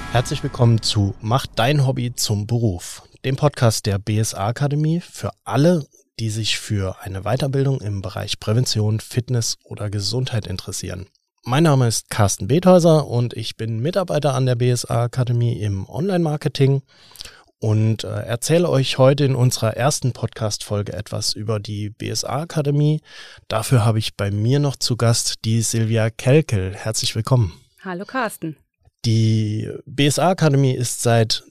Herzlich willkommen zu Mach dein Hobby zum Beruf, dem Podcast der BSA Akademie für alle, die sich für eine Weiterbildung im Bereich Prävention, Fitness oder Gesundheit interessieren. Mein Name ist Carsten Bethäuser und ich bin Mitarbeiter an der BSA Akademie im Online-Marketing und erzähle euch heute in unserer ersten Podcast-Folge etwas über die BSA Akademie. Dafür habe ich bei mir noch zu Gast die Silvia Kelkel. Herzlich willkommen. Hallo Carsten. Die BSA Akademie ist seit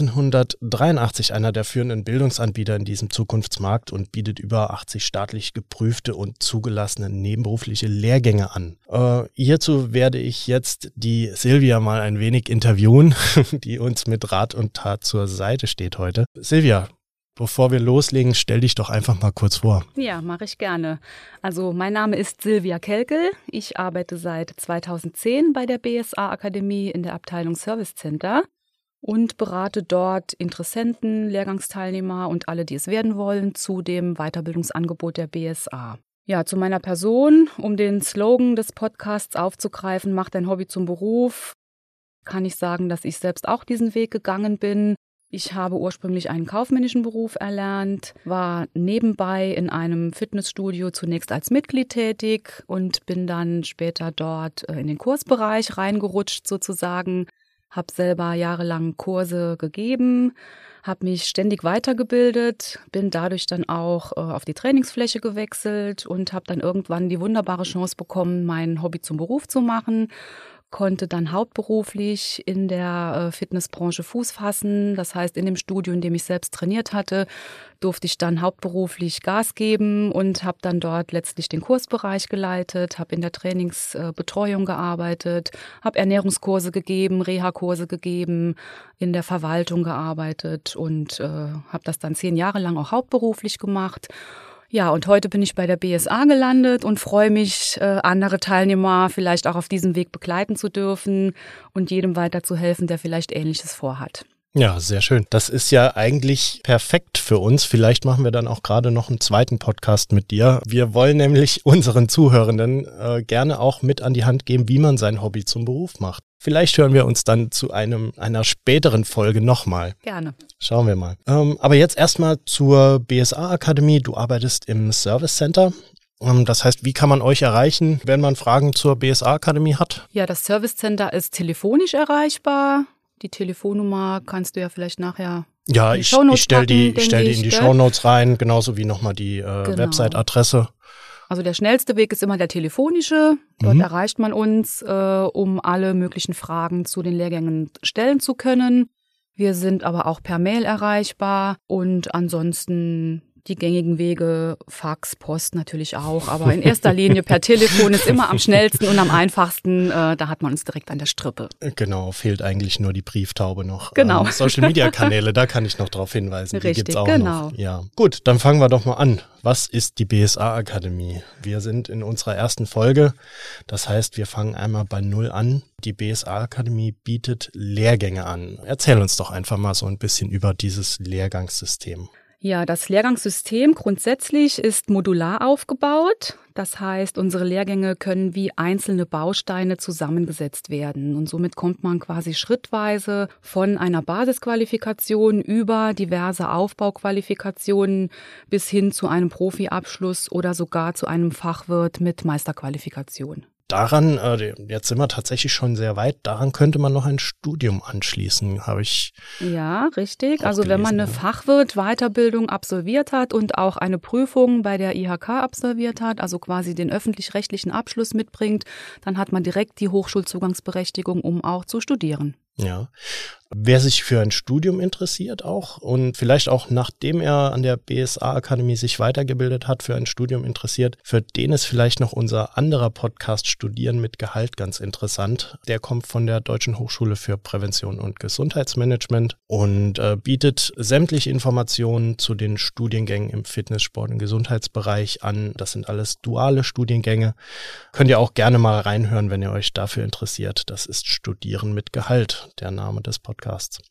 1983 einer der führenden Bildungsanbieter in diesem Zukunftsmarkt und bietet über 80 staatlich geprüfte und zugelassene nebenberufliche Lehrgänge an. Hierzu werde ich jetzt die Silvia mal ein wenig interviewen, die uns mit Rat und Tat zur Seite steht heute. Silvia, bevor wir loslegen, stell dich doch einfach mal kurz vor. Ja, mache ich gerne. Also mein Name ist Silvia Kelkel. Ich arbeite seit 2010 bei der BSA Akademie in der Abteilung Service Center und berate dort Interessenten, Lehrgangsteilnehmer und alle, die es werden wollen, zu dem Weiterbildungsangebot der BSA. Ja, zu meiner Person, um den Slogan des Podcasts aufzugreifen, mach dein Hobby zum Beruf, kann ich sagen, dass ich selbst auch diesen Weg gegangen bin. Ich habe ursprünglich einen kaufmännischen Beruf erlernt, war nebenbei in einem Fitnessstudio zunächst als Mitglied tätig und bin dann später dort in den Kursbereich reingerutscht sozusagen, habe selber jahrelang Kurse gegeben, habe mich ständig weitergebildet, bin dadurch dann auch auf die Trainingsfläche gewechselt und habe dann irgendwann die wunderbare Chance bekommen, mein Hobby zum Beruf zu machen. Konnte dann hauptberuflich in der Fitnessbranche Fuß fassen. Das heißt, in dem Studio, in dem ich selbst trainiert hatte, durfte ich dann hauptberuflich Gas geben und habe dann dort letztlich den Kursbereich geleitet, habe in der Trainingsbetreuung gearbeitet, habe Ernährungskurse gegeben, Reha-Kurse gegeben, in der Verwaltung gearbeitet und habe das dann 10 Jahre lang auch hauptberuflich gemacht. Ja, und heute bin ich bei der BSA gelandet und freue mich, andere Teilnehmer vielleicht auch auf diesem Weg begleiten zu dürfen und jedem weiterzuhelfen, der vielleicht Ähnliches vorhat. Ja, sehr schön. Das ist ja eigentlich perfekt für uns. Vielleicht machen wir dann auch gerade noch einen zweiten Podcast mit dir. Wir wollen nämlich unseren Zuhörenden gerne auch mit an die Hand geben, wie man sein Hobby zum Beruf macht. Vielleicht hören wir uns dann zu einer späteren Folge nochmal. Gerne. Schauen wir mal. Aber jetzt erstmal zur BSA Akademie. Du arbeitest im Service Center. Das heißt, wie kann man euch erreichen, wenn man Fragen zur BSA Akademie hat? Ja, das Service Center ist telefonisch erreichbar. Die Telefonnummer kannst du ja vielleicht nachher ja, in die Shownotes stell die packen, in die Shownotes rein, genauso wie nochmal die Website-Adresse. Also der schnellste Weg ist immer der telefonische. Dort erreicht man uns, um alle möglichen Fragen zu den Lehrgängen stellen zu können. Wir sind aber auch per Mail erreichbar und ansonsten die gängigen Wege, Fax, Post natürlich auch, aber in erster Linie per Telefon ist immer am schnellsten und am einfachsten. Da hat man uns direkt an der Strippe. Genau, fehlt eigentlich nur die Brieftaube noch. Genau. Social-Media-Kanäle, da kann ich noch drauf hinweisen. Richtig, die gibt's auch genau. noch. Ja. Gut, dann fangen wir doch mal an. Was ist die BSA Akademie? Wir sind in unserer ersten Folge. Das heißt, wir fangen einmal bei Null an. Die BSA Akademie bietet Lehrgänge an. Erzähl uns doch einfach mal so ein bisschen über dieses Lehrgangssystem. Ja, das Lehrgangssystem grundsätzlich ist modular aufgebaut. Das heißt, unsere Lehrgänge können wie einzelne Bausteine zusammengesetzt werden. Und somit kommt man quasi schrittweise von einer Basisqualifikation über diverse Aufbauqualifikationen bis hin zu einem Profiabschluss oder sogar zu einem Fachwirt mit Meisterqualifikation. Daran, jetzt sind wir tatsächlich schon sehr weit, daran könnte man noch ein Studium anschließen, habe ich. Ja, richtig. Also wenn man eine Fachwirt-Weiterbildung absolviert hat und auch eine Prüfung bei der IHK absolviert hat, also quasi den öffentlich-rechtlichen Abschluss mitbringt, dann hat man direkt die Hochschulzugangsberechtigung, um auch zu studieren. Ja. Wer sich für ein Studium interessiert auch und vielleicht auch nachdem er an der BSA Akademie sich weitergebildet hat, für ein Studium interessiert, für den ist vielleicht noch unser anderer Podcast Studieren mit Gehalt ganz interessant. Der kommt von der Deutschen Hochschule für Prävention und Gesundheitsmanagement und bietet sämtliche Informationen zu den Studiengängen im Fitness-, Sport- und Gesundheitsbereich an. Das sind alles duale Studiengänge. Könnt ihr auch gerne mal reinhören, wenn ihr euch dafür interessiert. Das ist Studieren mit Gehalt, der Name des Podcasts.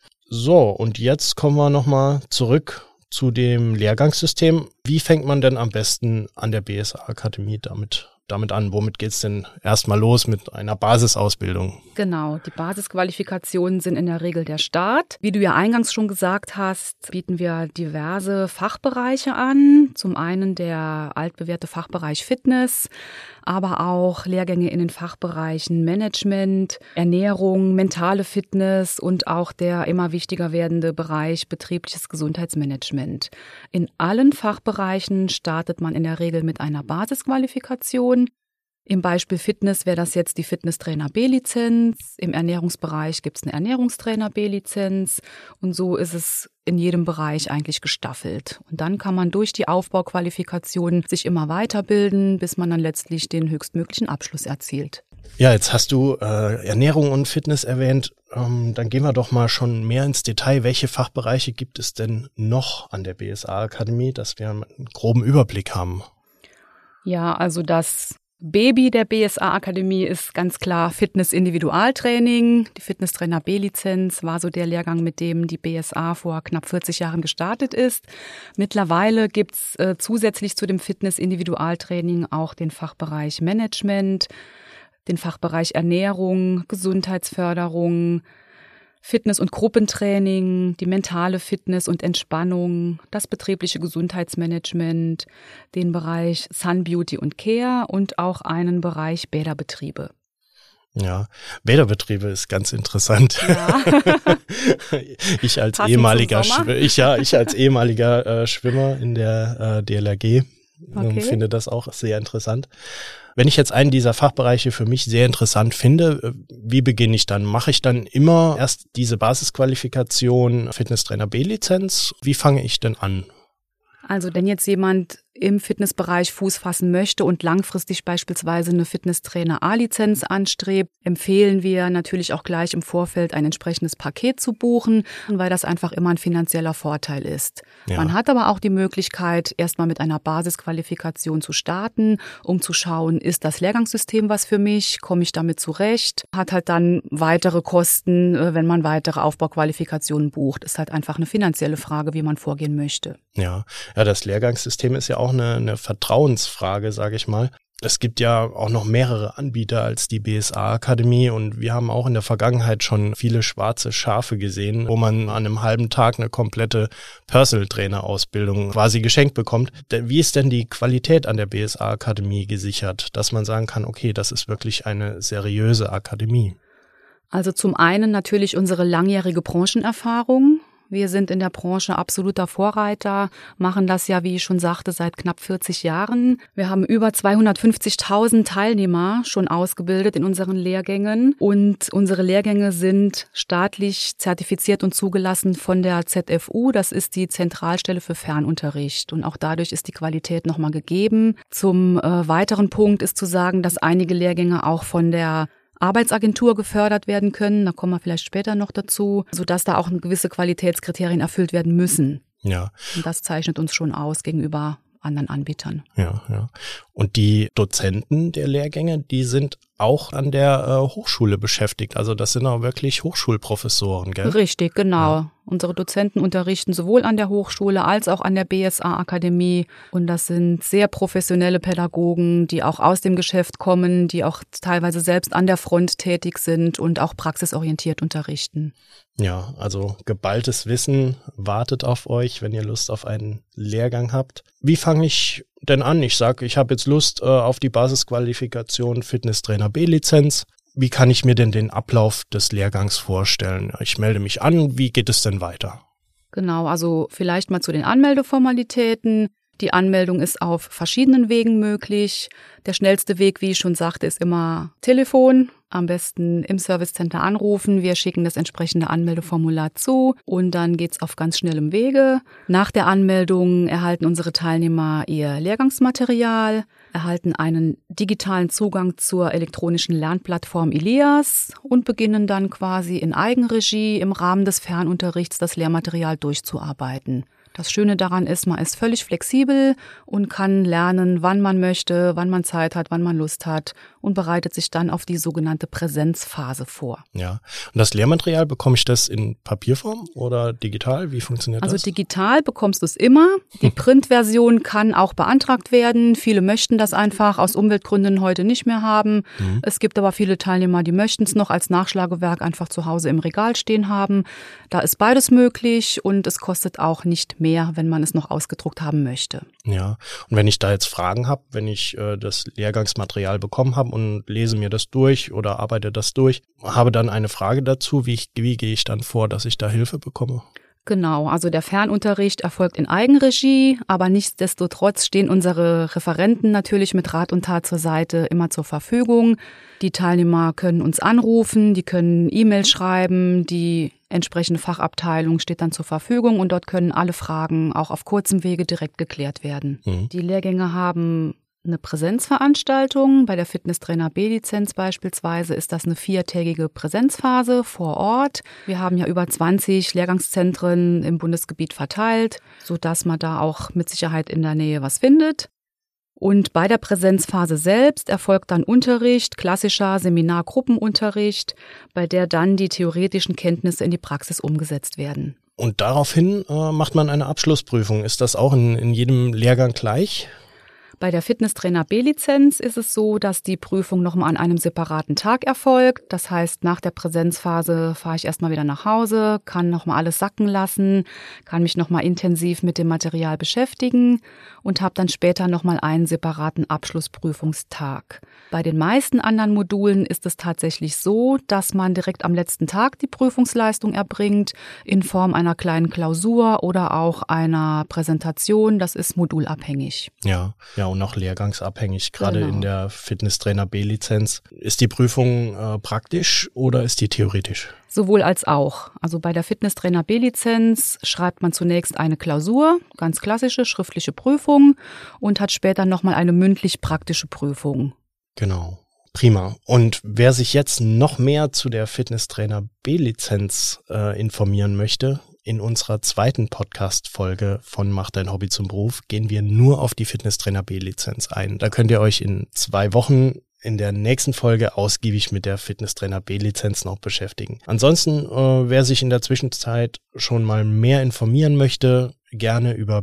So, und jetzt kommen wir nochmal zurück zu dem Lehrgangssystem. Wie fängt man denn am besten an der BSA Akademie damit damit an? Womit geht's denn erstmal los mit einer Basisausbildung? Genau, die Basisqualifikationen sind in der Regel der Start. Wie du ja eingangs schon gesagt hast, bieten wir diverse Fachbereiche an. Zum einen der altbewährte Fachbereich Fitness, aber auch Lehrgänge in den Fachbereichen Management, Ernährung, mentale Fitness und auch der immer wichtiger werdende Bereich betriebliches Gesundheitsmanagement. In allen Fachbereichen startet man in der Regel mit einer Basisqualifikation. Im Beispiel Fitness wäre das jetzt die Fitnesstrainer B-Lizenz. Im Ernährungsbereich gibt es eine Ernährungstrainer B-Lizenz. Und so ist es in jedem Bereich eigentlich gestaffelt. Und dann kann man durch die Aufbauqualifikation sich immer weiterbilden, bis man dann letztlich den höchstmöglichen Abschluss erzielt. Ja, jetzt hast du Ernährung und Fitness erwähnt. Dann gehen wir doch mal schon mehr ins Detail. Welche Fachbereiche gibt es denn noch an der BSA-Akademie, dass wir einen groben Überblick haben? Ja, also das Baby der BSA-Akademie ist ganz klar Fitness-Individualtraining. Die Fitnesstrainer B-Lizenz war so der Lehrgang, mit dem die BSA vor knapp 40 Jahren gestartet ist. Mittlerweile gibt's zusätzlich zu dem Fitness-Individualtraining auch den Fachbereich Management, den Fachbereich Ernährung, Gesundheitsförderung, Fitness- und Gruppentraining, die mentale Fitness und Entspannung, das betriebliche Gesundheitsmanagement, den Bereich Sun Beauty und Care und auch einen Bereich Bäderbetriebe. Ja, Bäderbetriebe ist ganz interessant. Ja. Ich als ehemaliger Schwimmer in der DLRG finde das auch sehr interessant. Wenn ich jetzt einen dieser Fachbereiche für mich sehr interessant finde, wie beginne ich dann? Mache ich dann immer erst diese Basisqualifikation Fitnesstrainer B-Lizenz? Wie fange ich denn an? Also wenn jetzt jemand im Fitnessbereich Fuß fassen möchte und langfristig beispielsweise eine Fitnesstrainer A-Lizenz anstrebt, empfehlen wir natürlich auch gleich im Vorfeld ein entsprechendes Paket zu buchen, weil das einfach immer ein finanzieller Vorteil ist. Ja. Man hat aber auch die Möglichkeit, erstmal mit einer Basisqualifikation zu starten, um zu schauen, ist das Lehrgangssystem was für mich, komme ich damit zurecht, hat halt dann weitere Kosten, wenn man weitere Aufbauqualifikationen bucht. Ist halt einfach eine finanzielle Frage, wie man vorgehen möchte. Ja, das Lehrgangssystem ist ja auch eine Vertrauensfrage, sage ich mal. Es gibt ja auch noch mehrere Anbieter als die BSA-Akademie und wir haben auch in der Vergangenheit schon viele schwarze Schafe gesehen, wo man an einem halben Tag eine komplette Personal-Trainer-Ausbildung quasi geschenkt bekommt. Wie ist denn die Qualität an der BSA-Akademie gesichert, dass man sagen kann, okay, das ist wirklich eine seriöse Akademie? Also zum einen natürlich unsere langjährige Branchenerfahrung. Wir sind in der Branche absoluter Vorreiter, machen das ja, wie ich schon sagte, seit knapp 40 Jahren. Wir haben über 250.000 Teilnehmer schon ausgebildet in unseren Lehrgängen und unsere Lehrgänge sind staatlich zertifiziert und zugelassen von der ZFU. Das ist die Zentralstelle für Fernunterricht und auch dadurch ist die Qualität nochmal gegeben. Zum weiteren Punkt ist zu sagen, dass einige Lehrgänge auch von der Arbeitsagentur gefördert werden können, da kommen wir vielleicht später noch dazu, sodass da auch gewisse Qualitätskriterien erfüllt werden müssen. Ja. Und das zeichnet uns schon aus gegenüber anderen Anbietern. Ja. Und die Dozenten der Lehrgänge, die sind auch an der Hochschule beschäftigt. Also das sind auch wirklich Hochschulprofessoren, gell? Richtig, genau. Ja. Unsere Dozenten unterrichten sowohl an der Hochschule als auch an der BSA-Akademie. Und das sind sehr professionelle Pädagogen, die auch aus dem Geschäft kommen, die auch teilweise selbst an der Front tätig sind und auch praxisorientiert unterrichten. Ja, also geballtes Wissen wartet auf euch, wenn ihr Lust auf einen Lehrgang habt. Wie fange ich denn an? Ich sage, ich habe jetzt Lust auf die Basisqualifikation Fitnesstrainer B-Lizenz. Wie kann ich mir denn den Ablauf des Lehrgangs vorstellen? Ich melde mich an. Wie geht es denn weiter? Genau, also vielleicht mal zu den Anmeldeformalitäten. Die Anmeldung ist auf verschiedenen Wegen möglich. Der schnellste Weg, wie ich schon sagte, ist immer Telefon. Am besten im Servicecenter anrufen. Wir schicken das entsprechende Anmeldeformular zu und dann geht's auf ganz schnellem Wege. Nach der Anmeldung erhalten unsere Teilnehmer ihr Lehrgangsmaterial, erhalten einen digitalen Zugang zur elektronischen Lernplattform Ilias und beginnen dann quasi in Eigenregie im Rahmen des Fernunterrichts das Lehrmaterial durchzuarbeiten. Das Schöne daran ist, man ist völlig flexibel und kann lernen, wann man möchte, wann man Zeit hat, wann man Lust hat und bereitet sich dann auf die sogenannte Präsenzphase vor. Ja, und das Lehrmaterial, bekomme ich das in Papierform oder digital? Wie funktioniert das? Also digital bekommst du es immer. Die Printversion kann auch beantragt werden. Viele möchten das einfach aus Umweltgründen heute nicht mehr haben. Es gibt aber viele Teilnehmer, die möchten es noch als Nachschlagewerk einfach zu Hause im Regal stehen haben. Da ist beides möglich und es kostet auch nicht mehr, wenn man es noch ausgedruckt haben möchte. Ja, und wenn ich da jetzt Fragen habe, wenn ich das Lehrgangsmaterial bekommen habe und lese mir das durch oder arbeite das durch, habe dann eine Frage dazu, wie gehe ich dann vor, dass ich da Hilfe bekomme? Genau, also der Fernunterricht erfolgt in Eigenregie, aber nichtsdestotrotz stehen unsere Referenten natürlich mit Rat und Tat zur Seite immer zur Verfügung. Die Teilnehmer können uns anrufen, die können E-Mail schreiben, die entsprechende Fachabteilung steht dann zur Verfügung und dort können alle Fragen auch auf kurzem Wege direkt geklärt werden. Die Lehrgänge haben eine Präsenzveranstaltung. Bei der Fitnesstrainer B-Lizenz beispielsweise ist das eine 4-tägige Präsenzphase vor Ort. Wir haben ja über 20 Lehrgangszentren im Bundesgebiet verteilt, sodass man da auch mit Sicherheit in der Nähe was findet. Und bei der Präsenzphase selbst erfolgt dann Unterricht, klassischer Seminargruppenunterricht, bei der dann die theoretischen Kenntnisse in die Praxis umgesetzt werden. Und daraufhin macht man eine Abschlussprüfung. Ist das auch in jedem Lehrgang gleich? Bei der Fitnesstrainer B-Lizenz ist es so, dass die Prüfung nochmal an einem separaten Tag erfolgt. Das heißt, nach der Präsenzphase fahre ich erstmal wieder nach Hause, kann nochmal alles sacken lassen, kann mich nochmal intensiv mit dem Material beschäftigen und habe dann später nochmal einen separaten Abschlussprüfungstag. Bei den meisten anderen Modulen ist es tatsächlich so, dass man direkt am letzten Tag die Prüfungsleistung erbringt, in Form einer kleinen Klausur oder auch einer Präsentation. Das ist modulabhängig. Ja, und auch lehrgangsabhängig, gerade Genau. in der Fitnesstrainer B-Lizenz. Ist die Prüfung praktisch oder ist die theoretisch? Sowohl als auch. Also bei der Fitnesstrainer B-Lizenz schreibt man zunächst eine Klausur, ganz klassische schriftliche Prüfung und hat später nochmal eine mündlich-praktische Prüfung. Genau. Prima. Und wer sich jetzt noch mehr zu der Fitnesstrainer B-Lizenz informieren möchte, in unserer zweiten Podcast-Folge von Mach dein Hobby zum Beruf gehen wir nur auf die Fitnesstrainer B-Lizenz ein. Da könnt ihr euch in 2 Wochen in der nächsten Folge ausgiebig mit der Fitnesstrainer B-Lizenz noch beschäftigen. Ansonsten, wer sich in der Zwischenzeit schon mal mehr informieren möchte, gerne über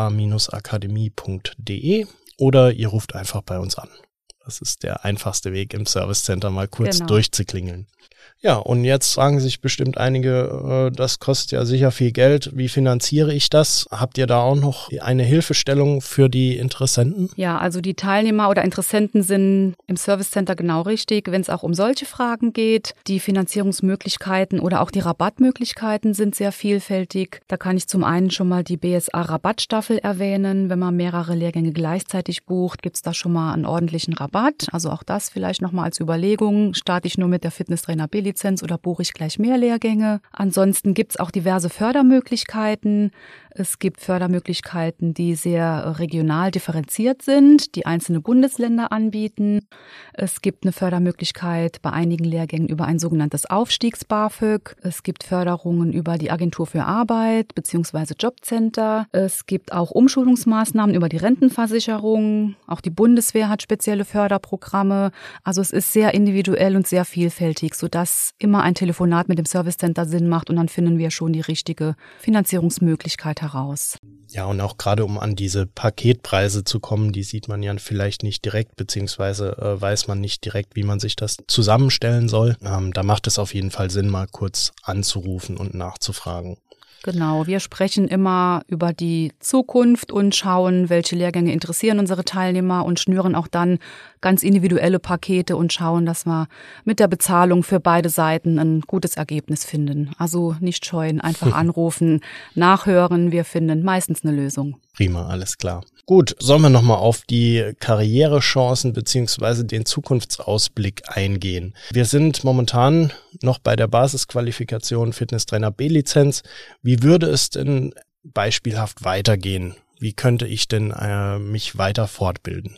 bsa-akademie.de oder ihr ruft einfach bei uns an. Das ist der einfachste Weg, im Service Center mal kurz durchzuklingeln. Ja, und jetzt fragen sich bestimmt einige, das kostet ja sicher viel Geld. Wie finanziere ich das? Habt ihr da auch noch eine Hilfestellung für die Interessenten? Ja, also die Teilnehmer oder Interessenten sind im Service Center genau richtig, wenn es auch um solche Fragen geht. Die Finanzierungsmöglichkeiten oder auch die Rabattmöglichkeiten sind sehr vielfältig. Da kann ich zum einen schon mal die BSA-Rabattstaffel erwähnen. Wenn man mehrere Lehrgänge gleichzeitig bucht, gibt es da schon mal einen ordentlichen Rabatt. Also auch das vielleicht nochmal als Überlegung. Starte ich nur mit der Fitnesstrainer B-Lizenz oder buche ich gleich mehr Lehrgänge? Ansonsten gibt es auch diverse Fördermöglichkeiten. Es gibt Fördermöglichkeiten, die sehr regional differenziert sind, die einzelne Bundesländer anbieten. Es gibt eine Fördermöglichkeit bei einigen Lehrgängen über ein sogenanntes Aufstiegs-BAföG. Es gibt Förderungen über die Agentur für Arbeit bzw. Jobcenter. Es gibt auch Umschulungsmaßnahmen über die Rentenversicherung. Auch die Bundeswehr hat spezielle Förderprogramme. Also es ist sehr individuell und sehr vielfältig, sodass immer ein Telefonat mit dem Service Center Sinn macht und dann finden wir schon die richtige Finanzierungsmöglichkeit heraus. Ja, und auch gerade um an diese Paketpreise zu kommen, die sieht man ja vielleicht nicht direkt, beziehungsweise weiß man nicht direkt, wie man sich das zusammenstellen soll. Da macht es auf jeden Fall Sinn, mal kurz anzurufen und nachzufragen. Genau, wir sprechen immer über die Zukunft und schauen, welche Lehrgänge interessieren unsere Teilnehmer und schnüren auch dann ganz individuelle Pakete und schauen, dass wir mit der Bezahlung für beide Seiten ein gutes Ergebnis finden. Also nicht scheuen, einfach anrufen, nachhören, wir finden meistens eine Lösung. Prima, alles klar. Gut, sollen wir nochmal auf die Karrierechancen beziehungsweise den Zukunftsausblick eingehen. Wir sind momentan noch bei der Basisqualifikation Fitnesstrainer B-Lizenz. Wie würde es denn beispielhaft weitergehen? Wie könnte ich denn mich weiter fortbilden?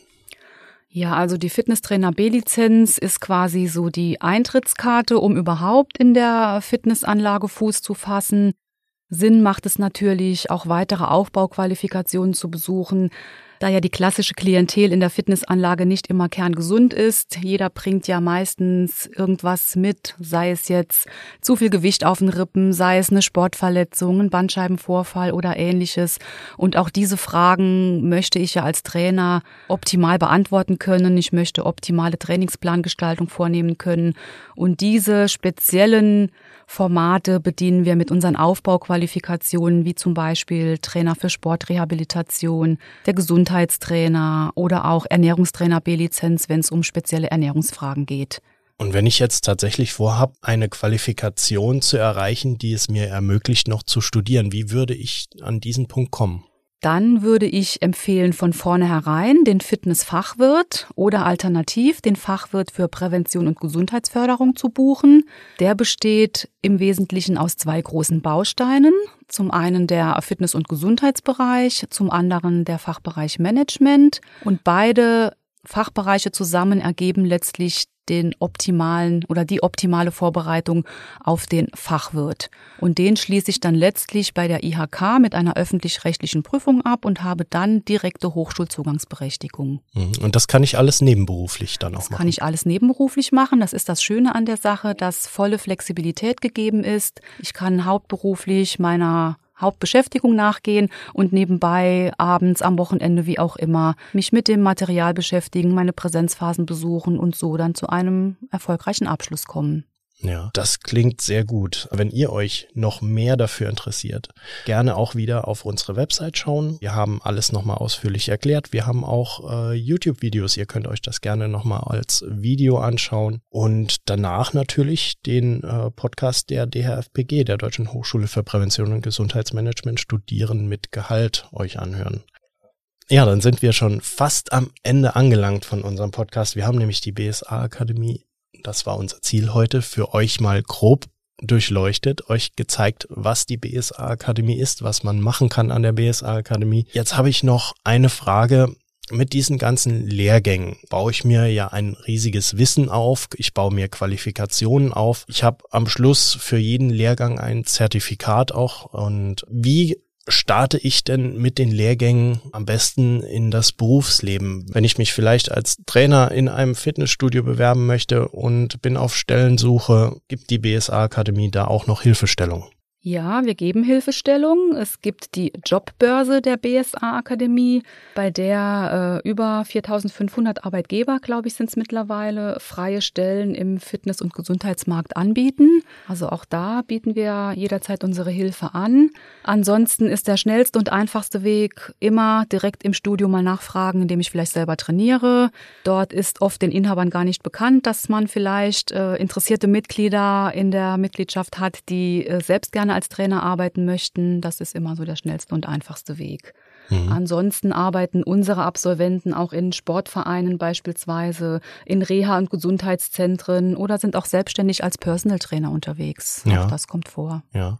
Ja, also die Fitnesstrainer B-Lizenz ist quasi so die Eintrittskarte, um überhaupt in der Fitnessanlage Fuß zu fassen. Sinn macht es natürlich, auch weitere Aufbauqualifikationen zu besuchen, da ja die klassische Klientel in der Fitnessanlage nicht immer kerngesund ist. Jeder bringt ja meistens irgendwas mit, sei es jetzt zu viel Gewicht auf den Rippen, sei es eine Sportverletzung, ein Bandscheibenvorfall oder Ähnliches. Und auch diese Fragen möchte ich ja als Trainer optimal beantworten können. Ich möchte optimale Trainingsplangestaltung vornehmen können. Und diese speziellen Formate bedienen wir mit unseren Aufbauqualifikationen, wie zum Beispiel Trainer für Sportrehabilitation, der Gesundheitstrainer oder auch Ernährungstrainer B-Lizenz, wenn es um spezielle Ernährungsfragen geht. Und wenn ich jetzt tatsächlich vorhabe, eine Qualifikation zu erreichen, die es mir ermöglicht, noch zu studieren, wie würde ich an diesen Punkt kommen? Dann würde ich empfehlen, von vornherein den Fitnessfachwirt oder alternativ den Fachwirt für Prävention und Gesundheitsförderung zu buchen. Der besteht im Wesentlichen aus 2 großen Bausteinen. Zum einen der Fitness- und Gesundheitsbereich, zum anderen der Fachbereich Management. Und beide Fachbereiche zusammen ergeben letztlich den optimalen oder die optimale Vorbereitung auf den Fachwirt. Und den schließe ich dann letztlich bei der IHK mit einer öffentlich-rechtlichen Prüfung ab und habe dann direkte Hochschulzugangsberechtigung. Und das kann ich alles nebenberuflich dann auch machen? Das kann ich alles nebenberuflich machen. Das ist das Schöne an der Sache, dass volle Flexibilität gegeben ist. Ich kann hauptberuflich meiner Hauptbeschäftigung nachgehen und nebenbei abends, am Wochenende, wie auch immer, mich mit dem Material beschäftigen, meine Präsenzphasen besuchen und so dann zu einem erfolgreichen Abschluss kommen. Ja, das klingt sehr gut. Wenn ihr euch noch mehr dafür interessiert, gerne auch wieder auf unsere Website schauen. Wir haben alles nochmal ausführlich erklärt. Wir haben auch YouTube-Videos. Ihr könnt euch das gerne nochmal als Video anschauen. Und danach natürlich den Podcast der DHFPG, der Deutschen Hochschule für Prävention und Gesundheitsmanagement, Studieren mit Gehalt, euch anhören. Ja, dann sind wir schon fast am Ende angelangt von unserem Podcast. Wir haben nämlich die BSA-Akademie, das war unser Ziel heute, für euch mal grob durchleuchtet, euch gezeigt, was die BSA-Akademie ist, was man machen kann an der BSA-Akademie. Jetzt habe ich noch eine Frage. Mit diesen ganzen Lehrgängen baue ich mir ja ein riesiges Wissen auf, ich baue mir Qualifikationen auf. Ich habe am Schluss für jeden Lehrgang ein Zertifikat auch. Und wie starte ich denn mit den Lehrgängen am besten in das Berufsleben? Wenn ich mich vielleicht als Trainer in einem Fitnessstudio bewerben möchte und bin auf Stellensuche, gibt die BSA-Akademie da auch noch Hilfestellung? Ja, wir geben Hilfestellung. Es gibt die Jobbörse der BSA-Akademie, bei der über 4.500 Arbeitgeber, glaube ich, sind es mittlerweile, freie Stellen im Fitness- und Gesundheitsmarkt anbieten. Also auch da bieten wir jederzeit unsere Hilfe an. Ansonsten ist der schnellste und einfachste Weg immer direkt im Studio mal nachfragen, indem ich vielleicht selber trainiere. Dort ist oft den Inhabern gar nicht bekannt, dass man vielleicht interessierte Mitglieder in der Mitgliedschaft hat, die selbst gerne als Trainer arbeiten möchten. Das ist immer so der schnellste und einfachste Weg. Ansonsten arbeiten unsere Absolventen auch in Sportvereinen beispielsweise, in Reha- und Gesundheitszentren oder sind auch selbstständig als Personal Trainer unterwegs. Ja. Auch das kommt vor. Ja.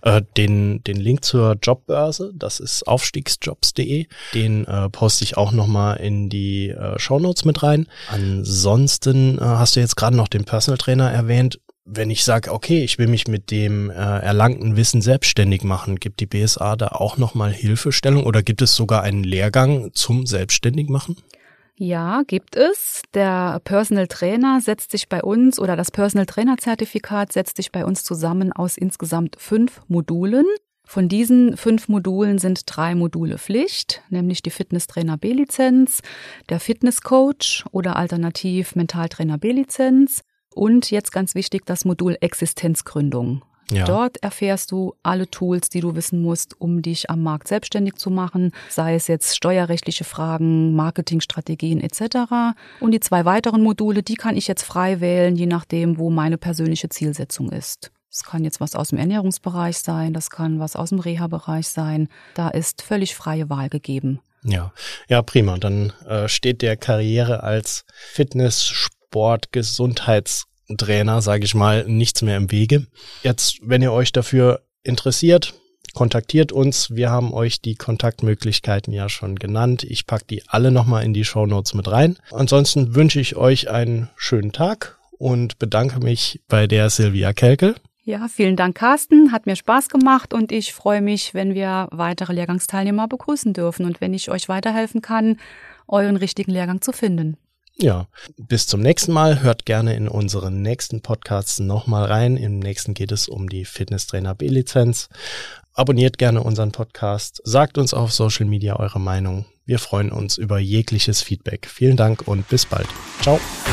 Den Link zur Jobbörse, das ist aufstiegsjobs.de, den poste ich auch nochmal in die Shownotes mit rein. Ansonsten hast du jetzt gerade noch den Personal Trainer erwähnt. Wenn ich sage, okay, ich will mich mit dem erlangten Wissen selbstständig machen, gibt die BSA da auch nochmal Hilfestellung oder gibt es sogar einen Lehrgang zum Selbstständigmachen? Ja, gibt es. Der Personal Trainer setzt sich bei uns oder das Personal Trainer Zertifikat setzt sich bei uns zusammen aus insgesamt 5 Modulen. Von diesen 5 Modulen sind 3 Module Pflicht, nämlich die Fitnesstrainer B-Lizenz, der Fitnesscoach oder alternativ Mentaltrainer B-Lizenz. Und jetzt ganz wichtig, das Modul Existenzgründung. Ja. Dort erfährst du alle Tools, die du wissen musst, um dich am Markt selbstständig zu machen, sei es jetzt steuerrechtliche Fragen, Marketingstrategien etc. Und die 2 weiteren Module, die kann ich jetzt frei wählen, je nachdem, wo meine persönliche Zielsetzung ist. Es kann jetzt was aus dem Ernährungsbereich sein, das kann was aus dem Reha-Bereich sein. Da ist völlig freie Wahl gegeben. Ja, prima. Dann steht der Karriere als Sport, Gesundheitstrainer, sage ich mal, nichts mehr im Wege. Jetzt, wenn ihr euch dafür interessiert, kontaktiert uns. Wir haben euch die Kontaktmöglichkeiten ja schon genannt. Ich packe die alle nochmal in die Shownotes mit rein. Ansonsten wünsche ich euch einen schönen Tag und bedanke mich bei der Silvia Kelkel. Ja, vielen Dank, Carsten. Hat mir Spaß gemacht und ich freue mich, wenn wir weitere Lehrgangsteilnehmer begrüßen dürfen und wenn ich euch weiterhelfen kann, euren richtigen Lehrgang zu finden. Ja, bis zum nächsten Mal. Hört gerne in unseren nächsten Podcasts nochmal rein. Im nächsten geht es um die Fitnesstrainer B-Lizenz. Abonniert gerne unseren Podcast. Sagt uns auf Social Media eure Meinung. Wir freuen uns über jegliches Feedback. Vielen Dank und bis bald. Ciao.